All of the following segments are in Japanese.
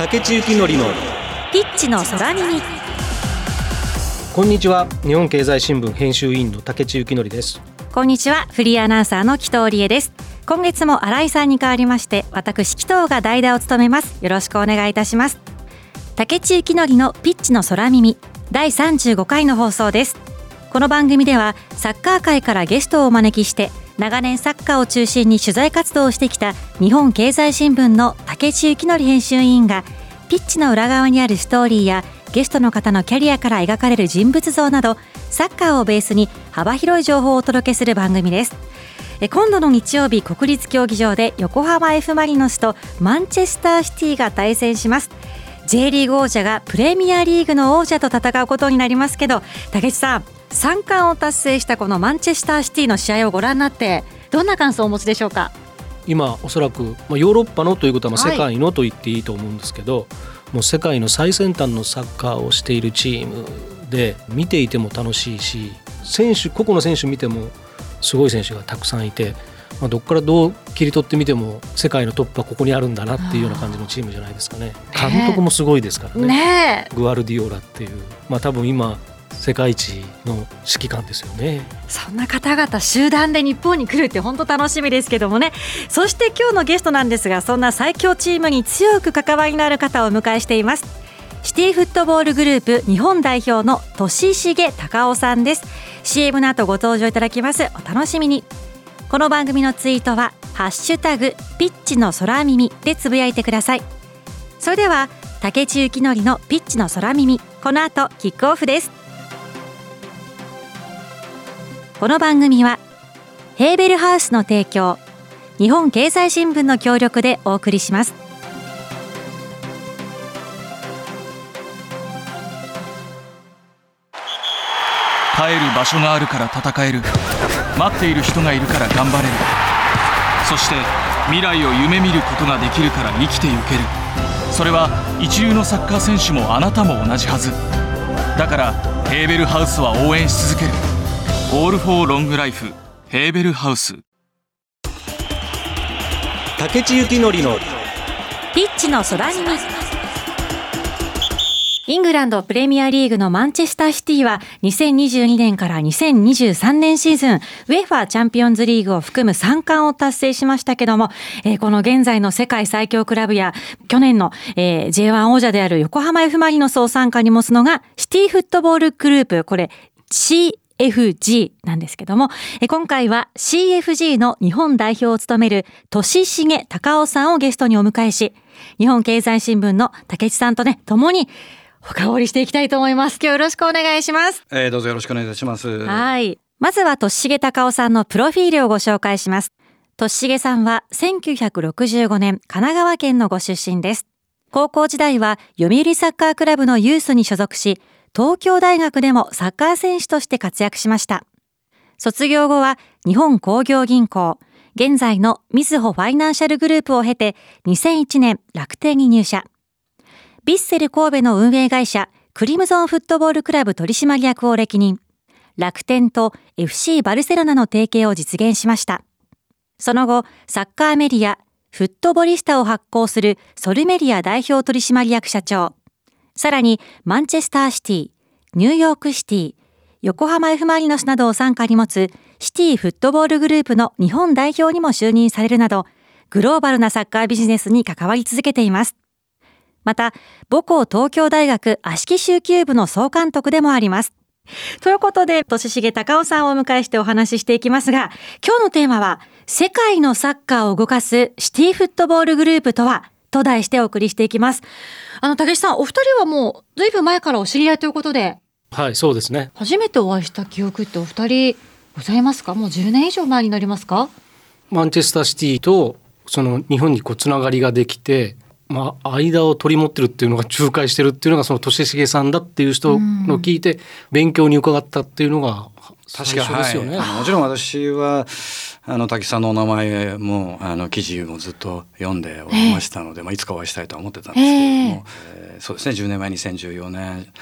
竹地幸典のピッチの空耳。 こんにちは。日本経済新聞編集委員の竹地幸典です。 こんにちは。フリーアナウンサーの紀藤理恵です。今月も新井さんに代わりまして私紀藤が代打を務めます。よろしくお願いいたします。竹地幸典のピッチの空耳第35回の放送です。この番組ではサッカー界からゲストをお招きして長年サッカーを中心に取材活動をしてきた日本経済新聞の竹地幸典編集委員がピッチの裏側にあるストーリーやゲストの方のキャリアから描かれる人物像などサッカーをベースに幅広い情報をお届けする番組です。今度の日曜日、国立競技場で横浜 F マリノスとマンチェスターシティが対戦します。 J リーグ王者がプレミアリーグの王者と戦うことになりますけど、竹内さん、3冠を達成したこのマンチェスターシティの試合をご覧になってどんな感想をお持ちでしょうか？ 今おそらく、ヨーロッパのということは世界のと言っていいと思うんですけど、もう世界の最先端のサッカーをしているチームで見ていても楽しいし、個々の選手見てもすごい選手がたくさんいて、どこからどう切り取ってみても世界のトップはここにあるんだなっていうような感じのチームじゃないですかね。監督もすごいですからね。グアルディオラっていう、多分今世界一の指揮官ですよね。 そんな方々集団で日本に来るって本当楽しみですけどもね。そして今日のゲストなんですが、そんな最強チームに強く関わりのある方をお迎えしています。シティフットボールグループ日本代表の俊重隆夫さんです。 CM の後ご登場いただきます。お楽しみに。この番組のツイートはハッシュタグピッチの空耳でつぶやいてください。それでは竹地幸典のピッチの空耳、この後キックオフです。この番組はヘーベルハウスの提供、日本経済新聞の協力でお送りします。 帰る場所があるから戦える、待っている人がいるから頑張れる、そして未来を夢見ることができるから生きてゆける。それは一流のサッカー選手もあなたも同じはずだから、ヘーベルハウスは応援し続ける。オールフォーロングライフ、ヘーベルハウス。 竹地幸典のピッチの空耳。イングランドプレミアリーグのマンチェスターシティは2022年から2023年シーズン UEFA チャンピオンズリーグを含む3冠を達成しましたけども、この現在の世界最強クラブや去年の、J1 王者である横浜 F マリノスを傘下に持つのがシティフットボールグループ、これ CFG なんですけども、今回は CFG の日本代表を務める俊重隆夫さんをゲストにお迎えし、日本経済新聞の竹地さんとね共に深掘りしていきたいと思います。今日よろしくお願いします。 どうぞよろしくお願いいたします。 はい。まずは俊重隆夫さんのプロフィールをご紹介します。俊重さんは1965年神奈川県のご出身です。高校時代は読売サッカークラブのユースに所属し、東京大学でもサッカー選手として活躍しました。卒業後は日本工業銀行、現在のみずほファイナンシャルグループを経て2001年楽天に入社。ヴィッセル神戸の運営会社クリムゾンフットボールクラブ取締役を歴任。楽天と FC バルセロナの提携を実現しました。その後、サッカーメディアフットボリスタを発行するソルメディア代表取締役社長。さらにマンチェスターシティ、ニューヨークシティ、横浜 F マリノスなどを傘下に持つシティフットボールグループの日本代表にも就任されるなど、グローバルなサッカービジネスに関わり続けています。また、母校東京大学芦木蹴球部の総監督でもあります。ということで、俊重隆夫さんをお迎えしてお話ししていきますが、今日のテーマは、世界のサッカーを動かすシティフットボールグループとは、と題してお送りしていきます。竹内さん、お二人はもうずいぶん前からお知り合いということで。 はい、そうですね。 初めてお会いした記憶ってお二人ございますか？もう10年以上前になりますか？ マンチェスターシティとその日本につながりができて、間を取り持ってるっていうのが仲介してるっていうのがその俊重さんだっていう人の聞いて勉強に伺ったっていうのが最初ですよね。 もちろん私は滝さんのお名前も記事もずっと読んでおりましたので、いつかお会いしたいとは思ってたんですけれども、そうですね、10年前2014年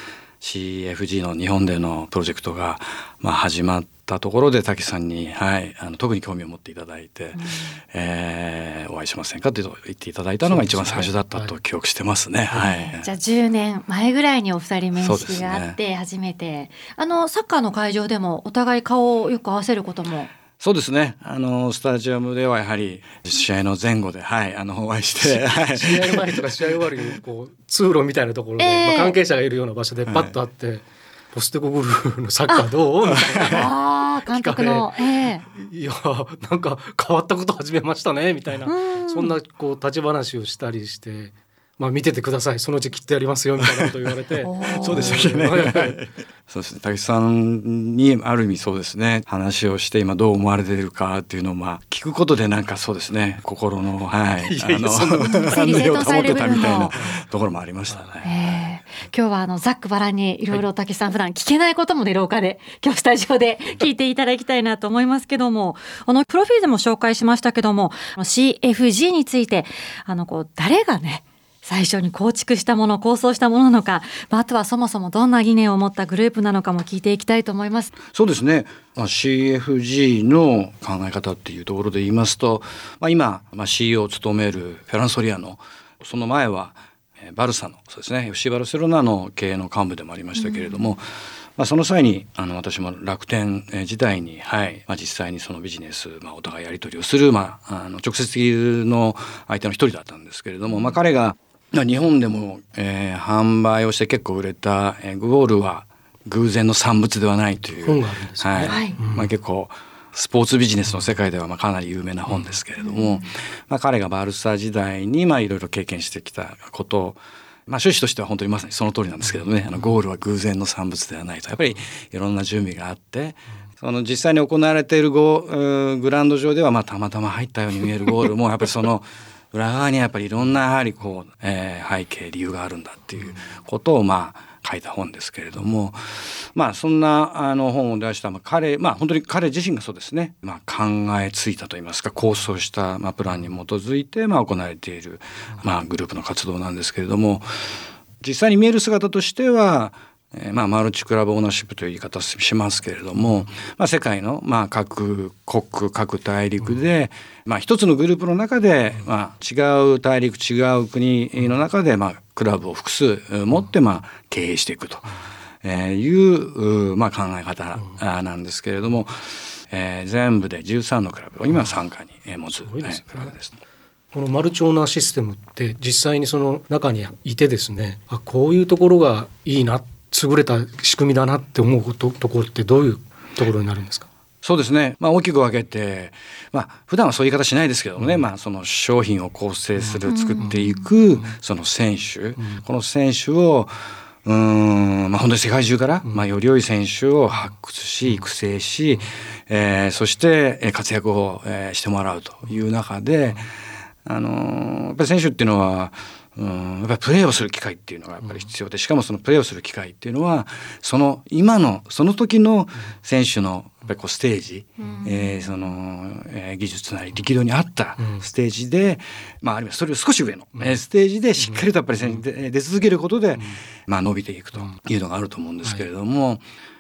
CFG の日本でのプロジェクトが始まったところで滝さんに、特に興味を持っていただいて、お会いしませんかと言っていただいたのが一番最初だったと記憶してますね。 じゃあ10年前ぐらいにお二人面識があって初めて、サッカーの会場でもお互い顔をよく合わせることも。 そうですね。スタジアムではやはり試合の前後で、お会いして、 試合前とか試合終わりに通路みたいなところで、関係者がいるような場所でパッと会って、ポステコグルーのサッカーどうみたいな監督の、 いやなんか変わったこと始めましたねみたいな、そんな立ち話をしたりして、見ててください、そのうち切ってやりますよみたいなこと言われてそうでしたね。そうですね。滝さんにある意味そうですね、話をして今どう思われているかっていうのを聞くことで、なんかそうですね、心の整理整頓される部分のところもありましたね。 今日はざっくばらんにいろいろ滝さん普段聞けないこともね、廊下で今日スタジオで聞いていただきたいなと思いますけども、プロフィールでも紹介しましたけども、CFG について誰がね最初に構築したもの、構想したものなのか、あとはそもそもどんな理念を持ったグループなのかも聞いていきたいと思います。 そうですね。CFG の考え方っていうところで言いますと、今、CEO を務めるフェランソリアの、その前はバルサの、そうですね、FC バルセロナの経営の幹部でもありましたけれども、その際に私も楽天時代に、実際にそのビジネス、お互いやり取りをする、直接的の相手の一人だったんですけれども、彼が日本でも、販売をして結構売れた、ゴールは偶然の産物ではないという本があるんですね。 結構スポーツビジネスの世界ではかなり有名な本ですけれども、彼がバルサ時代にいろいろ経験してきたことを、趣旨としては本当にまさにその通りなんですけどね、ゴールは偶然の産物ではないと、やっぱりいろんな準備があって、その実際に行われているグラウンド上ではたまたま入ったように見えるゴールもやっぱりその裏側にやっぱりいろんなやはり背景理由があるんだっていうことを書いた本ですけれども、そんな本を出した彼、本当に彼自身がそうですね、考えついたといいますか構想した、プランに基づいて行われている、グループの活動なんですけれども、実際に見える姿としてはマルチクラブオーナーシップという言い方しますけれども、世界の各国各大陸で、一つのグループの中で、違う大陸違う国の中で、クラブを複数持って経営していくという、考え方なんですけれども、全部で13のクラブを今傘下に持つクラブです。 このマルチオーナーシステムって実際にその中にいてですね、こういうところがいいな、優れた仕組みだなって思うところってどういうところになるんですか？ そうですね、大きく分けて、普段はそういう言い方しないですけどもね、その商品を構成する、作っていくその選手、この選手を本当に世界中から、より良い選手を発掘し育成し、そして活躍をしてもらうという中で、やっぱり選手っていうのはやっぱりプレーをする機会っていうのがやっぱり必要で、しかもそのプレーをする機会っていうのは今のその時の選手のやっぱりステージ、技術なり力量に合ったステージで、あるいはそれを少し上のステージでしっかりとやっぱり出続けることで、伸びていくというのがあると思うんですけれども、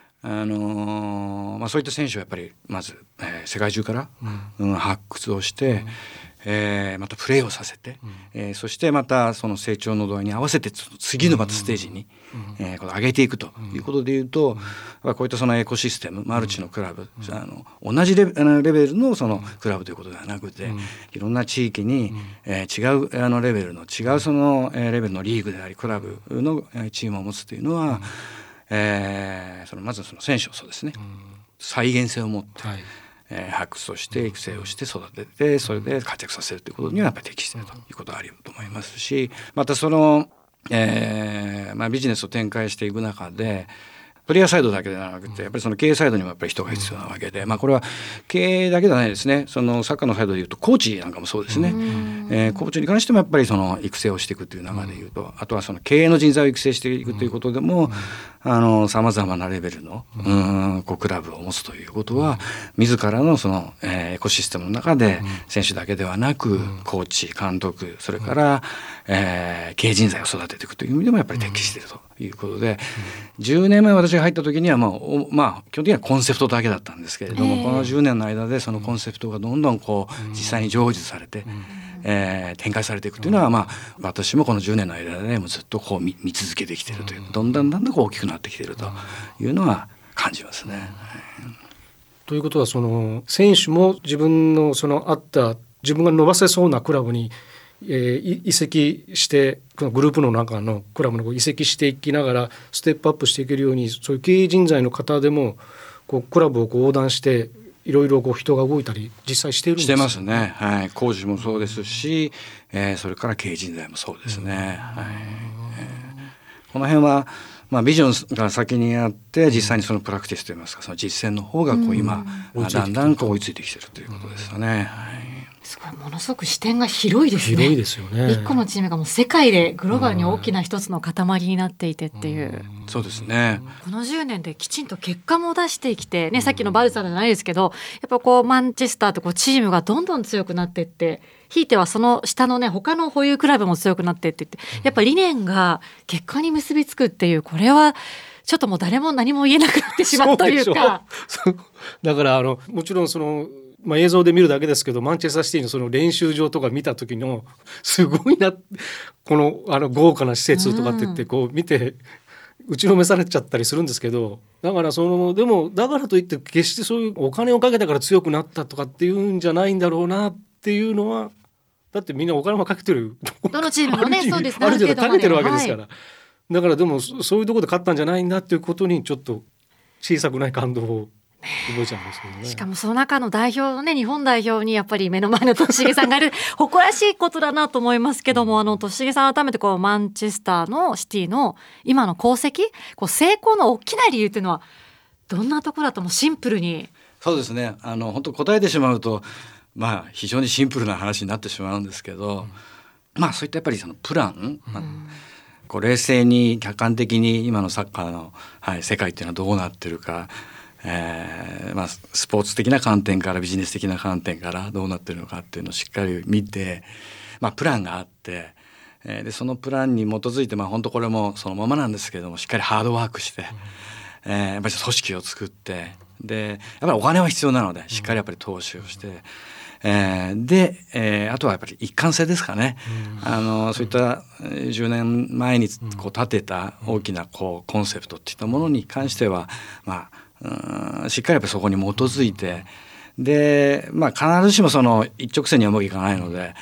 そういった選手はやっぱりまず、世界中から、発掘をして、またプレーをさせて、そしてまたその成長の度合いに合わせて次のまたステージに、上げていくということでいうと、こういったそのエコシステムマルチのクラブ、同じレベルのそのクラブということではなくて、いろんな地域に、違うレベルの違うそのレベルのリーグでありクラブのチームを持つというのは、まずその選手をそうですね、再現性を持って、発掘をして育成をして育てて、それで活躍させるということにはやっぱり適しているということがあると思いますし、またその、ビジネスを展開していく中でプレイヤーサイドだけではなくて、やっぱりその経営サイドにもやっぱり人が必要なわけで、これは経営だけではないですね。そのサッカーのサイドでいうとコーチなんかもそうですね。 コーチに関してもやっぱりその育成をしていくという中でいうと、あとはその経営の人材を育成していくということでも、さまざまなレベルのクラブを持つということは、自らのそのエコシステムの中で選手だけではなくコーチ、監督、それから経営人材を育てていくという意味でもやっぱり適しているということで、10年前私が入った時にはまあ基本的にはコンセプトだけだったんですけれども、この10年の間でそのコンセプトがどんどんこう実際に成就されて、展開されていくというのは、まあ私もこの10年の間でもずっとこう 見続けてきているという、だんだんこう大きくなってきているというのは感じますね。 ということは、その選手も自分のそのあった自分が伸ばせそうなクラブに移籍して、このグループの中のクラブの移籍していきながらステップアップしていけるように、そういう経営人材の方でもこうクラブをこう横断していろいろこう人が動いたり実際しているんですか？ してますね、はい、コーチもそうですし、それから経営人材もそうですね、はい。この辺はビジョンが先にあって、実際にそのプラクティスといいますか、その実践の方がこう今、だんだんこう追いついてきているということですよね、はい。 すごい、ものすごく視点が広いですね。 広いですよね。 一個のチームがもう世界でグローバルに大きな一つの塊になっていてっていう、 そうですね。 この10年できちんと結果も出してきて、ね、さっきのバルサじゃないですけど、やっぱこうマンチェスターとこうチームがどんどん強くなっていって、ひいてはその下のね他の保有クラブも強くなっていって、やっぱ理念が結果に結びつくっていう、これはちょっともう誰も何も言えなくなってしまうというか。 そうだからもちろんその映像で見るだけですけど、マンチェスターシティのその練習場とか見た時のすごいな、この豪華な施設とかって言ってこう見て打ちのめされちゃったりするんですけど、だからでもだからといって決してそういうお金をかけたから強くなったとかっていうんじゃないんだろうなっていうのは、だってみんなお金もかけてる、 どのチームもねそうですね、 ある程度かけてるわけですから、だからでもそういうところで勝ったんじゃないんだっていうことにちょっと小さくない感動を覚えちゃうんですけどね。 しかもその中の代表のね、日本代表にやっぱり目の前の俊重さんがいる誇らしいことだなと思いますけども、俊重さん改めてこうマンチェスターのシティの今の功績、こう成功の大きな理由っていうのはどんなところだともシンプルに。 そうですね、本当答えてしまうと非常にシンプルな話になってしまうんですけど、そういったやっぱりそのプラン、こう冷静に客観的に今のサッカーの、世界っていうのはどうなってるか、スポーツ的な観点からビジネス的な観点からどうなってるのかっていうのをしっかり見て、プランがあって、でそのプランに基づいて、本当これもそのままなんですけれども、しっかりハードワークして、やっぱり組織を作って、でやっぱりお金は必要なのでしっかりやっぱり投資をして、で、あとはやっぱり一貫性ですかね、そういった10年前にこう立てた大きなこうコンセプトっていったものに関しては、しっかりやっぱりそこに基づいて、で、必ずしもその一直線にはうまくいかないので、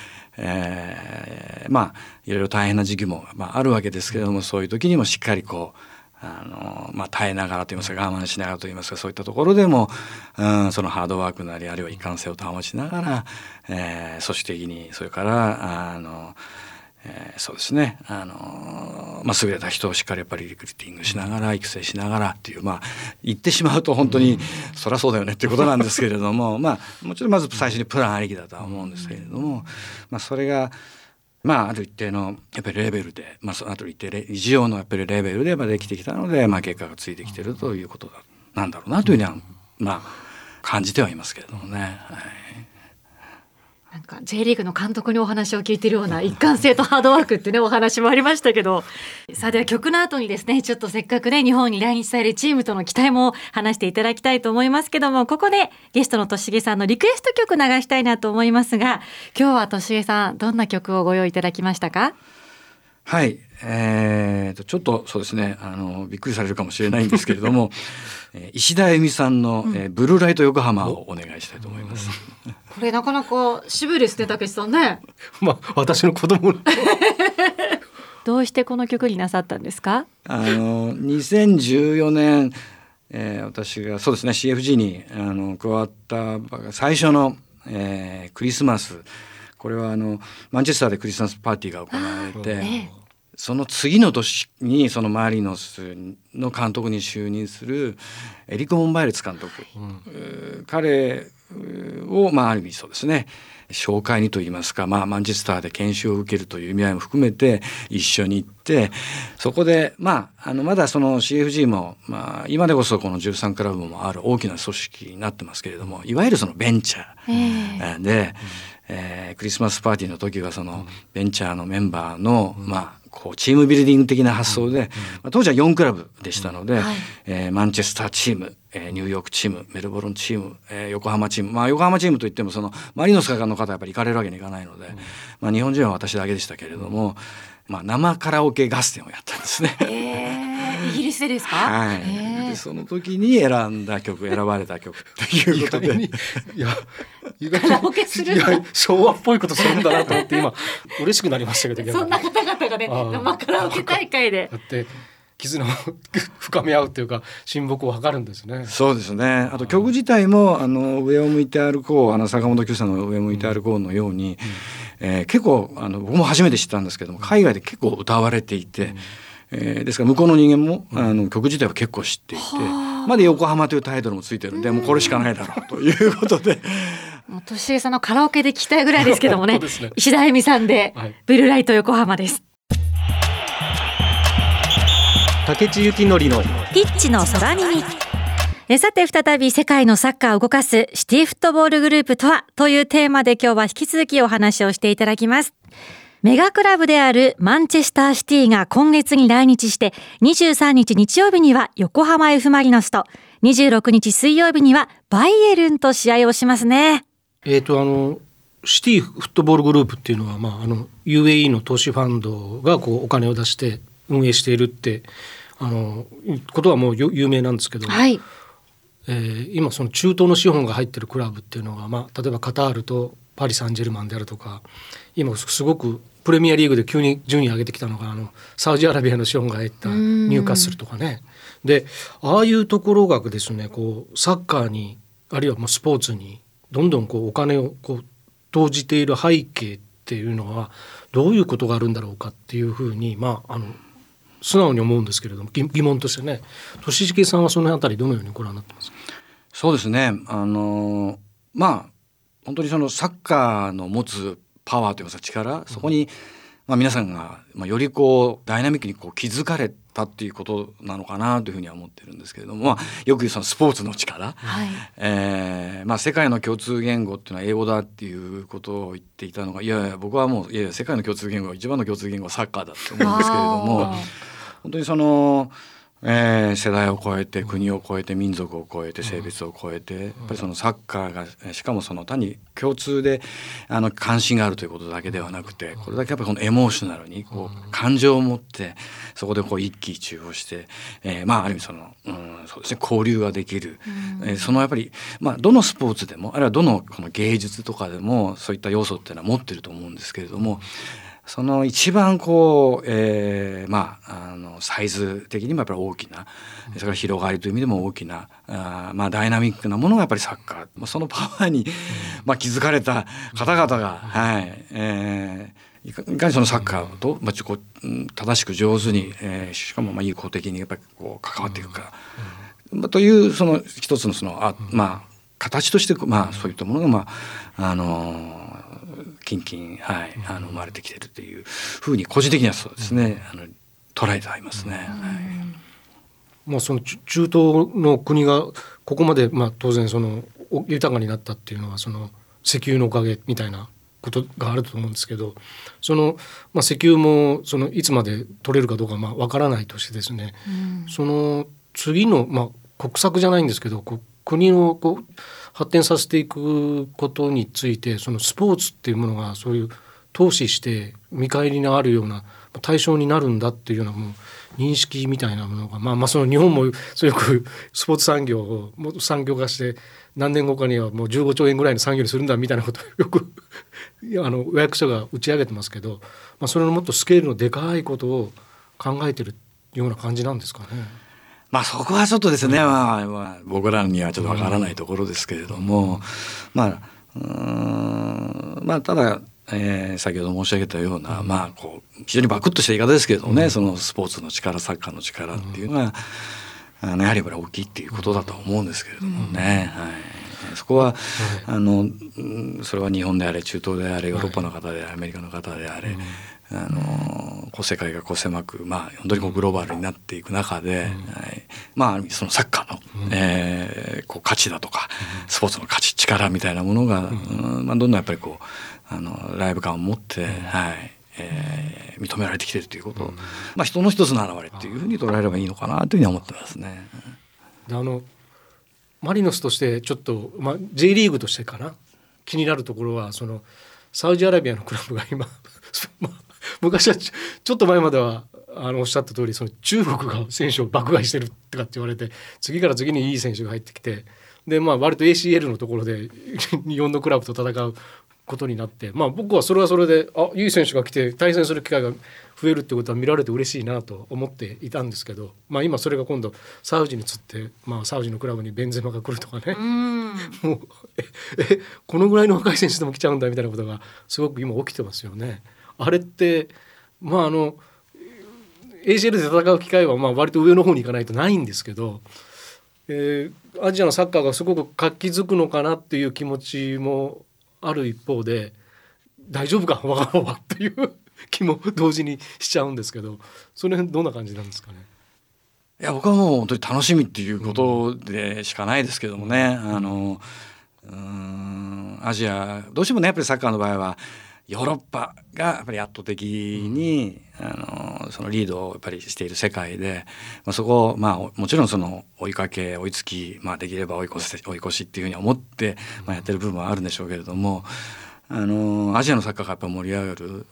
いろいろ大変な時期もあるわけですけれども、そういう時にもしっかりこう耐えながらといいますか、我慢しながらといいますか、そういったところでも、そのハードワークなり、あるいは一貫性を保ちながら、組織的に、それからそうですね、優れた人をしっかりやっぱりリクルーティングしながら、育成しながらっていう、言ってしまうと本当にそりゃそうだよねっていうことなんですけれども、もちろんまず最初にプランありきだとは思うんですけれども、それがある一定のやっぱりレベルで、そのあと一定以上のやっぱりレベルでできてきたので、結果がついてきているということなんだろうなというふうには、感じてはいますけれどもね。 なんか J リーグの監督にお話を聞いているような一貫性とハードワークってね、お話もありましたけど、さあでは曲の後にですね、ちょっとせっかくね日本に来日されるチームとの期待も話していただきたいと思いますけども、ここでゲストの俊重さんのリクエスト曲流したいなと思いますが、今日は俊重さんどんな曲をご用意いただきましたか？ はい、ちょっとそうですね、びっくりされるかもしれないんですけれども石田恵美さんの、ブルーライト横浜をお願いしたいと思います。 これなかなか渋いですね、武さんね。 私の子供どうしてこの曲になさったんですか ？2014年、私がそうですね CFG に加わった最初の、クリスマス、これはマンチェスターでクリスマスパーティーが行われて、その次の年にそのマリノスの監督に就任するエリック・モンバイレツ監督、彼をある意味そうですね紹介にといいますか、マンチェスターで研修を受けるという意味合いも含めて一緒に行って、そこでまだその CFG も今でこそこの13クラブもある大きな組織になってますけれども、いわゆるそのベンチャーで、クリスマスパーティーの時はそのベンチャーのメンバーのこうチームビルディング的な発想で、当時は4クラブでしたので、マンチェスターチーム、ニューヨークチーム、メルボルンチーム、横浜チーム、横浜チームといってもそのマリノスの方はやっぱり行かれるわけにいかないので、日本人は私だけでしたけれども、生カラオケ合戦をやったんですね。 イギリスでですか？ はい。でその時に選ばれた曲ということで、 カラオケするの？ 昭和っぽいことするんだなと思って今嬉しくなりましたけど、 そんな方々がね生カラオケ大会でだって絆を深め合うというか親睦を図るんですね。 そうですね。あと曲自体も上を向いて歩こう、坂本九さんの上を向いて歩こうのように、結構僕も初めて知ったんですけども、海外で結構歌われていて、ですから向こうの人間も曲自体は結構知っていて、で横浜というタイトルもついてるんで、もうこれしかないだろうということでもう俊恵さんのカラオケで聞きたいぐらいですけどもね。 ですね。 石田恵美さんで、ブルーライト横浜です。 竹地幸典のピッチの空耳。さて再び世界のサッカーを動かすシティフットボールグループとはというテーマで今日は引き続きお話をしていただきます。メガクラブであるマンチェスターシティが今月に来日して、23日日曜日には横浜 F マリノスと、26日水曜日にはバイエルンと試合をしますね。 シティフットボールグループっていうのは、UAE の投資ファンドがこうお金を出して運営しているってことはもう有名なんですけど、今その中東の資本が入ってるクラブっていうのが、例えばカタールとパリ・サンジェルマンであるとか、今すごくプレミアリーグで急に順位上げてきたのがサウジアラビアの資本が入ったニューカッスルとかね。でああいうところがですね、こうサッカーにあるいはもうスポーツにどんどんこうお金をこう投じている背景っていうのはどういうことがあるんだろうかっていうふうに素直に思うんですけれども、疑問としてね、俊重さんはそのあたりどのようにご覧になってますか？ そうですね、本当にそのサッカーの持つパワーといいますか力、そこに皆さんがよりこうダイナミックにこう気づかれたっていうことなのかなというふうには思ってるんですけれども、よく言うそのスポーツの力、世界の共通言語っていうのは英語だっていうことを言っていたのが、いや僕はもう世界の共通言語、一番の共通言語はサッカーだと思うんですけれども、本当にその世代を超えて国を超えて民族を超えて性別を超えて、やっぱりそのサッカーがしかもその単に共通で関心があるということだけではなくて、これだけやっぱりこのエモーショナルにこう感情を持ってそこでこう一喜一憂をして、ある意味そうですね、交流ができる、そのやっぱりどのスポーツでもあるいはどのこの芸術とかでもそういった要素っていうのは持ってると思うんですけれども、その一番こう、サイズ的にもやっぱり大きな、それから広がりという意味でも大きなダイナミックなものがやっぱりサッカー、そのパワーに気づかれた方々が、いかにそのサッカーと、正しく上手に、しかも有効的にやっぱりこう関わっていくか、というその一つのその形としてそういったものが近々、生まれてきているというふうに個人的にはそうですね、捉えてありますね。 その中東の国がここまで当然その豊かになったっていうのはその石油のおかげみたいなことがあると思うんですけど、その、石油もそのいつまで取れるかどうかわからないとしてですね、その次の、国策じゃないんですけど国をこう発展させていくことについて、そのスポーツっていうものがそういう投資して見返りのあるような対象になるんだっていうようなもう認識みたいなものが、その日本もそうよくスポーツ産業を産業化して何年後かにはもう15兆円ぐらいの産業にするんだみたいなことをよくお役所が打ち上げてますけど、それのもっとスケールのでかいことを考えてるような感じなんですかね。 そこはちょっとですね、僕らにはちょっとわからないところですけれども、ただ、先ほど申し上げたような、非常にバクッとした言い方ですけれどもね、そのスポーツの力、サッカーの力っていうのは、やはり大きいっていうことだと思うんですけれどもね。 そこは、それは日本であれ中東であれヨーロッパの方であれアメリカの方であれ、世界が狭く、本当にグローバルになっていく中で、そのサッカーの、価値だとか、スポーツの価値力みたいなものが、どんどんやっぱりライブ感を持って、認められてきているということを、人の一つの表れっていうふうに捉えればいいのかなというふうに思ってますね。 でマリノスとしてちょっと、J リーグとしてかな気になるところはサウジアラビアのクラブが今昔はちょっと前まではおっしゃった通り中国が選手を爆買いしてるとかって言われて次から次にいい選手が入ってきてで、割と ACL のところで日本のクラブと戦うことになって、僕はそれはそれでいい選手が来て対戦する機会が増えるってことは見られて嬉しいなと思っていたんですけど、今それが今度サウジに移って、サウジのクラブにベンゼマが来るとかねもうこのぐらいの若い選手でも来ちゃうんだみたいなことがすごく今起きてますよね。あれってACL で戦う機会は割と上の方に行かないとないんですけど、アジアのサッカーがすごく活気づくのかなっていう気持ちもある一方で大丈夫かわからんわっていう気も同時にしちゃうんですけど、その辺どんな感じなんですかね。 いや僕はもう本当に楽しみっていうことでしかないですけどもね、アジアどうしてもねやっぱりサッカーの場合はヨーロッパがやっぱり圧倒的に、そのリードをやっぱりしている世界で、そこをもちろん追いかけ追いつき、できれば追い越しっていうふうに思って、やってる部分はあるんでしょうけれども、アジアのサッカーがやっぱ盛り上がる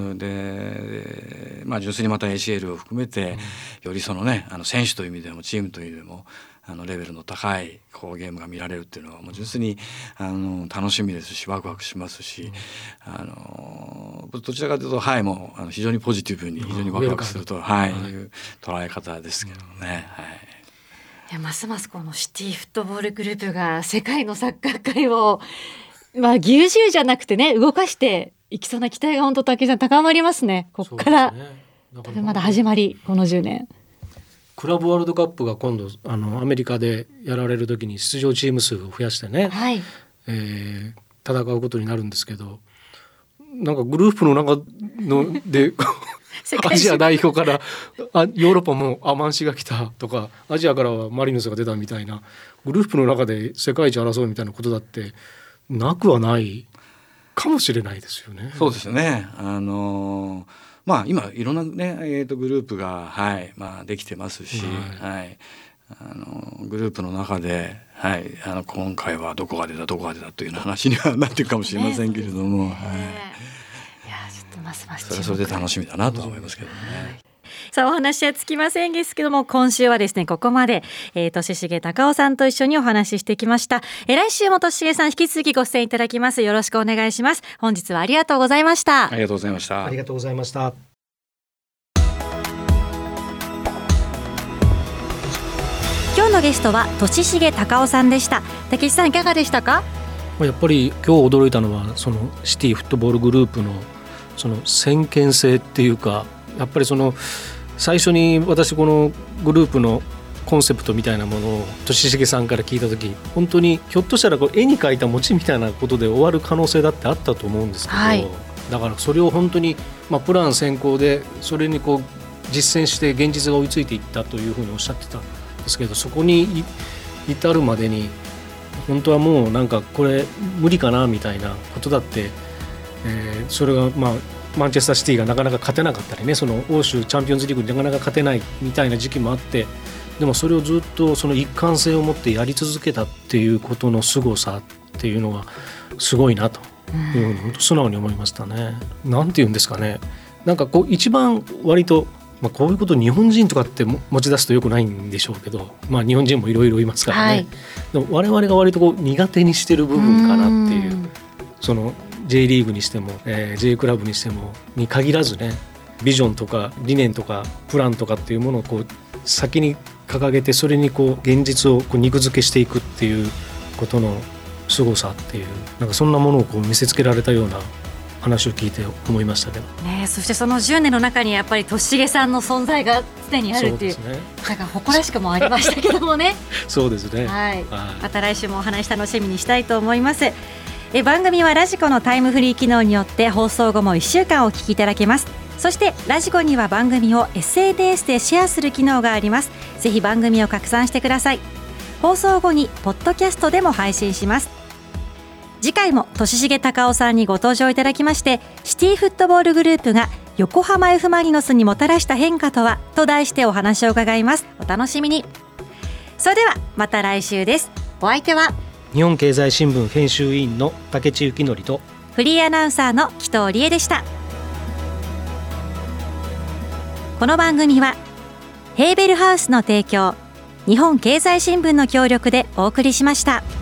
で、純粋にまた ACL を含めて、より選手という意味でもチームという意味でもレベルの高いゲームが見られるっていうのはもう純粋に楽しみですしワクワクしますし、どちらかというと、もう非常にポジティブに非常にワクワクすると、いう捉え方ですけどね。 いやますますこのシティフットボールグループが世界のサッカー界を牛耳じゃなくてね動かしていきそうな期待が本当竹井さん高まりますね。ここから、まだ始まりこの10年クラブワールドカップが今度アメリカでやられる時に出場チーム数を増やしてね、戦うことになるんですけど、グループの中でアジア代表からヨーロッパもマンシが来たとかアジアからはマリノスが出たみたいなグループの中で世界一争うみたいなことだってなくはないかもしれないですよね。 そうですね。今いろんなね、グループが、できてますし、グループの中で、今回はどこが出たというような話にはなっていくかもしれませんけれども、 いやちょっとますますそれはそれで楽しみだなと思いますけどね。 さあお話はつきませんですけども、今週はですねここまで、俊重隆夫さんと一緒にお話ししてきました。来週も俊重さん引き続きご出演いただきます。よろしくお願いします。本日はありがとうございました。 ありがとうございました。 ありがとうございました。 今日のゲストは俊重隆夫さんでした。竹内さんいかがでしたか。 やっぱり今日驚いたのはそのシティフットボールグループのその先見性っていうか、やっぱり最初に私このグループのコンセプトみたいなものを俊重さんから聞いた時、本当にひょっとしたら絵に描いた餅みたいなことで終わる可能性だってあったと思うんですけど、だからそれを本当に、プラン先行でそれに実践して現実が追いついていったというふうにおっしゃってたんですけど、そこに至るまでに本当はもうこれ無理かなみたいなことだって、それがマンチェスターシティがなかなか勝てなかったりね、その欧州チャンピオンズリーグになかなか勝てないみたいな時期もあって、でもそれをずっとその一貫性を持ってやり続けたっていうことの凄さっていうのがすごいなというふうに本当素直に思いましたね。なんて言うんですかね、一番割と、こういうことを日本人とかって持ち出すとよくないんでしょうけど、日本人もいろいろいますからね、でも我々が割と苦手にしてる部分かなっていう、そのJ リーグにしても、J クラブにしてもに限らずね、ビジョンとか理念とかプランとかっていうものを先に掲げて、それに現実を肉付けしていくっていうことの凄さっていう、そんなものを見せつけられたような話を聞いて思いましたけど、 ね、そしてその10年の中にやっぱり俊重さんの存在が常にあるっていう、 そうですね、 なんか誇らしくもありましたけどもねそうですね、 はい、また来週もお話楽しみにしたいと思います。番組はラジコのタイムフリー機能によって放送後も1週間お聞きいただけます。そしてラジコには番組を SNS でシェアする機能があります。ぜひ番組を拡散してください。放送後にポッドキャストでも配信します。次回も俊重隆夫さんにご登場いただきまして、シティフットボールグループが横浜 F マリノスにもたらした変化とはと題してお話を伺います。お楽しみに。それではまた来週です。お相手は日本経済新聞編集委員の竹地幸則とフリーアナウンサーの紀藤理恵でした。この番組はヘーベルハウスの提供、日本経済新聞の協力でお送りしました。